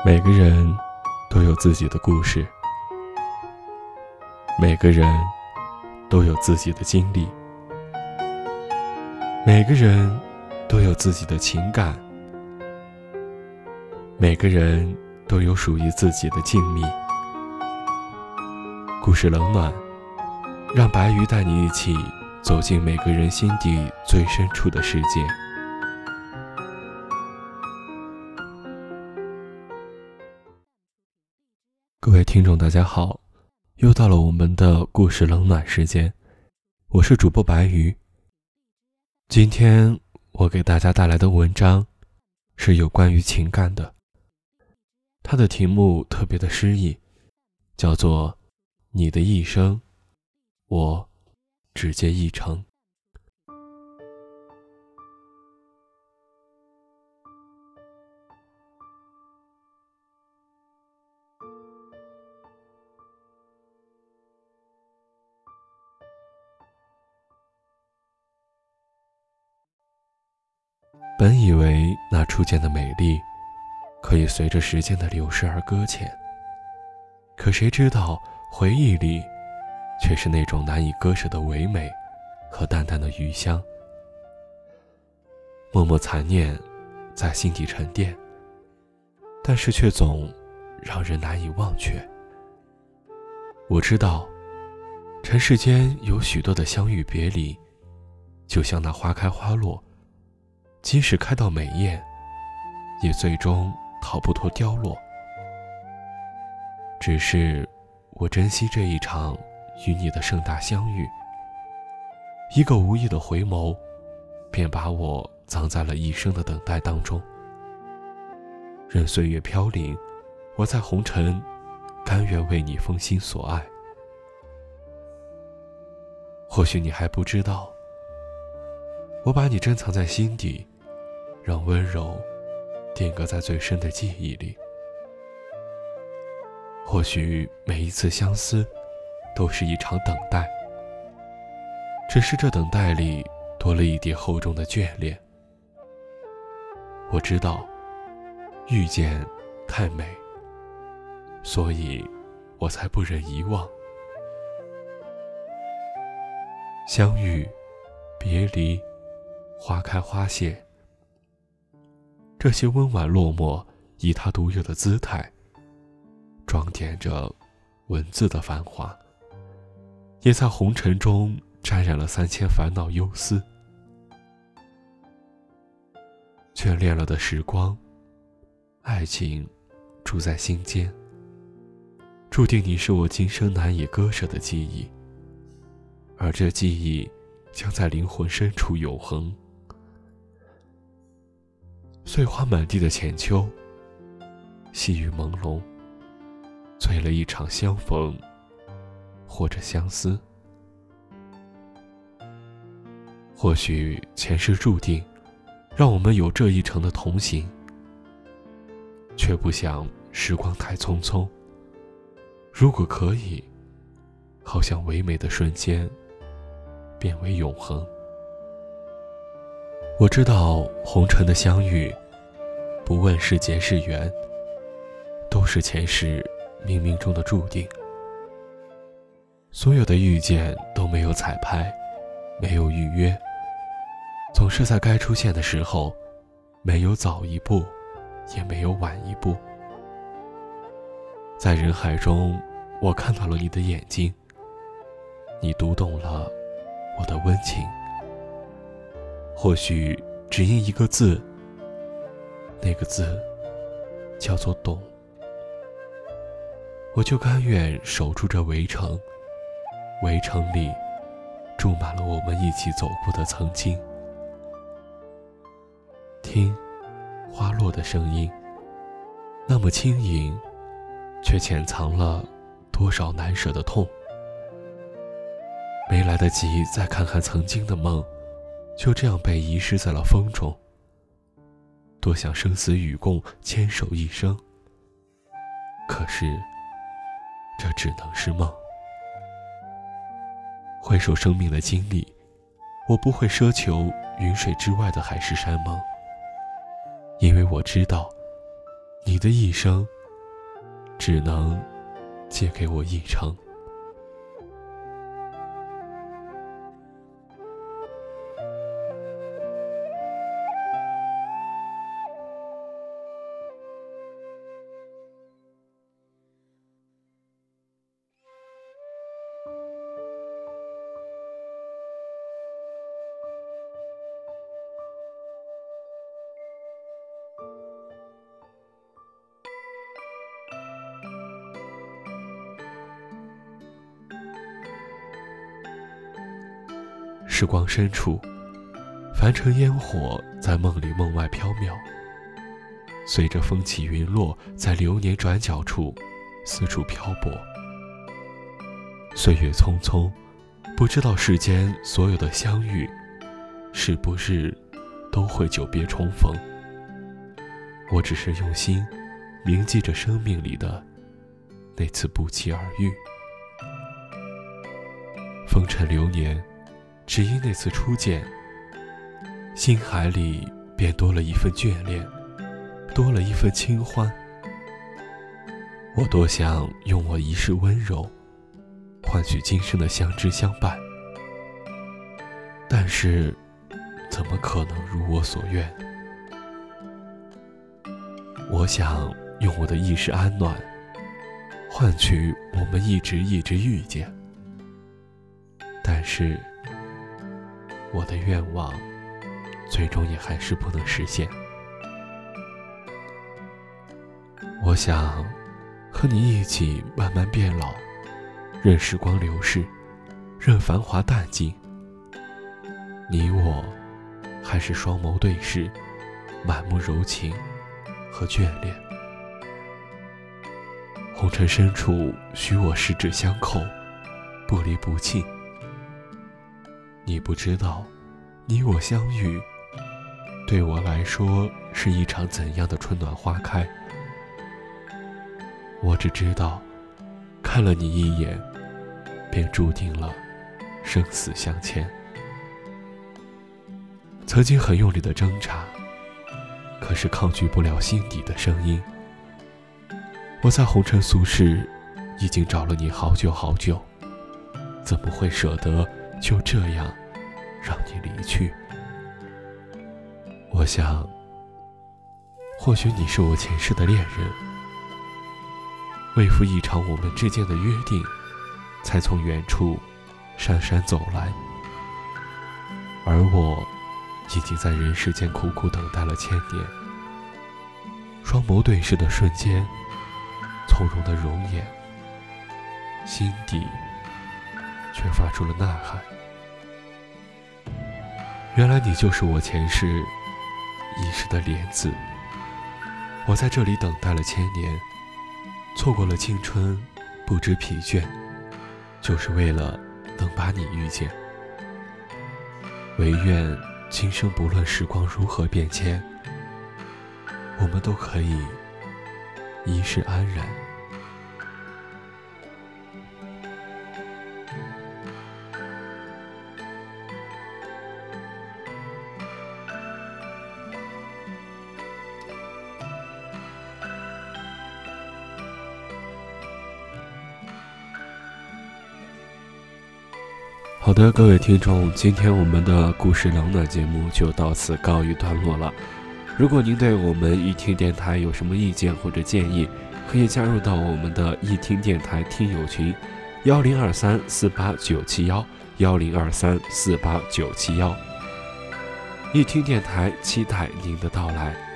每个人都有自己的故事，每个人都有自己的经历，每个人都有自己的情感，每个人都有属于自己的静谧。故事冷暖，让白鱼带你一起走进每个人心底最深处的世界。各位听众大家好，又到了我们的故事冷暖时间，我是主播白鱼。今天我给大家带来的文章是有关于情感的，它的题目特别的诗意，叫做你的一生我只接一程。本以为那初见的美丽可以随着时间的流逝而搁浅，可谁知道回忆里却是那种难以割舍的唯美和淡淡的余香，默默残念在心底沉淀，但是却总让人难以忘却。我知道尘世间有许多的相遇别离，就像那花开花落，即使开到美艳，也最终逃不脱凋落。只是我珍惜这一场与你的盛大相遇，一个无意的回眸，便把我葬在了一生的等待当中。任岁月飘零，我在红尘甘愿为你封心所爱。或许你还不知道，我把你珍藏在心底，让温柔定格在最深的记忆里。或许每一次相思都是一场等待，只是这等待里多了一叠厚重的眷恋。我知道遇见太美，所以我才不忍遗忘。相遇别离，花开花谢，这些温婉落寞以它独有的姿态装点着文字的繁华，也在红尘中沾染了3000烦恼忧思。眷恋了的时光，爱情住在心间，注定你是我今生难以割舍的记忆，而这记忆将在灵魂深处永恒。碎花满地的浅秋，细雨朦胧，醉了一场相逢或者相思。或许前世注定让我们有这一程的同行，却不想时光太匆匆，如果可以，好像唯美的瞬间变为永恒。我知道红尘的相遇，不问是劫是缘，都是前世冥冥中的注定。所有的遇见都没有彩排，没有预约，总是在该出现的时候，没有早一步，也没有晚一步。在人海中，我看到了你的眼睛，你读懂了我的温情。或许只因一个字，那个字叫做懂，我就甘愿守住这围城，围城里住满了我们一起走过的曾经。听花落的声音，那么轻盈，却潜藏了多少难舍的痛。没来得及再看看曾经的梦，就这样被遗失在了风中。多想生死与共，牵手一生，可是这只能是梦。回首生命的经历，我不会奢求云水之外的海誓山盟，因为我知道你的一生只能借给我一程。时光深处，凡尘烟火在梦里梦外缥缈，随着风起云落，在流年转角处四处漂泊。岁月匆匆，不知道世间所有的相遇是不是都会久别重逢。我只是用心铭记着生命里的那次不期而遇。风尘流年，只因那次初见，心海里便多了一份眷恋，多了一份清欢。我多想用我一世温柔换取今生的相知相伴，但是怎么可能如我所愿？我想用我的一世安暖换取我们一直遇见，但是我的愿望最终也还是不能实现。我想和你一起慢慢变老，任时光流逝，任繁华淡尽。你我还是双眸对视，满目柔情和眷恋。红尘深处，许我十指相扣，不离不弃。你不知道，你我相遇对我来说是一场怎样的春暖花开。我只知道，看了你一眼，便注定了生死相牵。曾经很用力的挣扎，可是抗拒不了心底的声音。我在红尘俗世已经找了你好久好久，怎么会舍得就这样让你离去？我想，或许你是我前世的恋人，为负一场我们之间的约定，才从远处姗姗走来，而我已经在人世间苦苦等待了千年。双眸对视的瞬间，从容的容颜，心底却发出了呐喊。原来你就是我前世一世的莲子，我在这里等待了千年，错过了青春，不知疲倦，就是为了能把你遇见。唯愿今生不论时光如何变迁，我们都可以一世安然。好的，各位听众，今天我们的故事冷暖节目就到此告一段落了。如果您对我们一听电台有什么意见或者建议，可以加入到我们的一听电台听友群10234897111023489711。一听电台期待您的到来。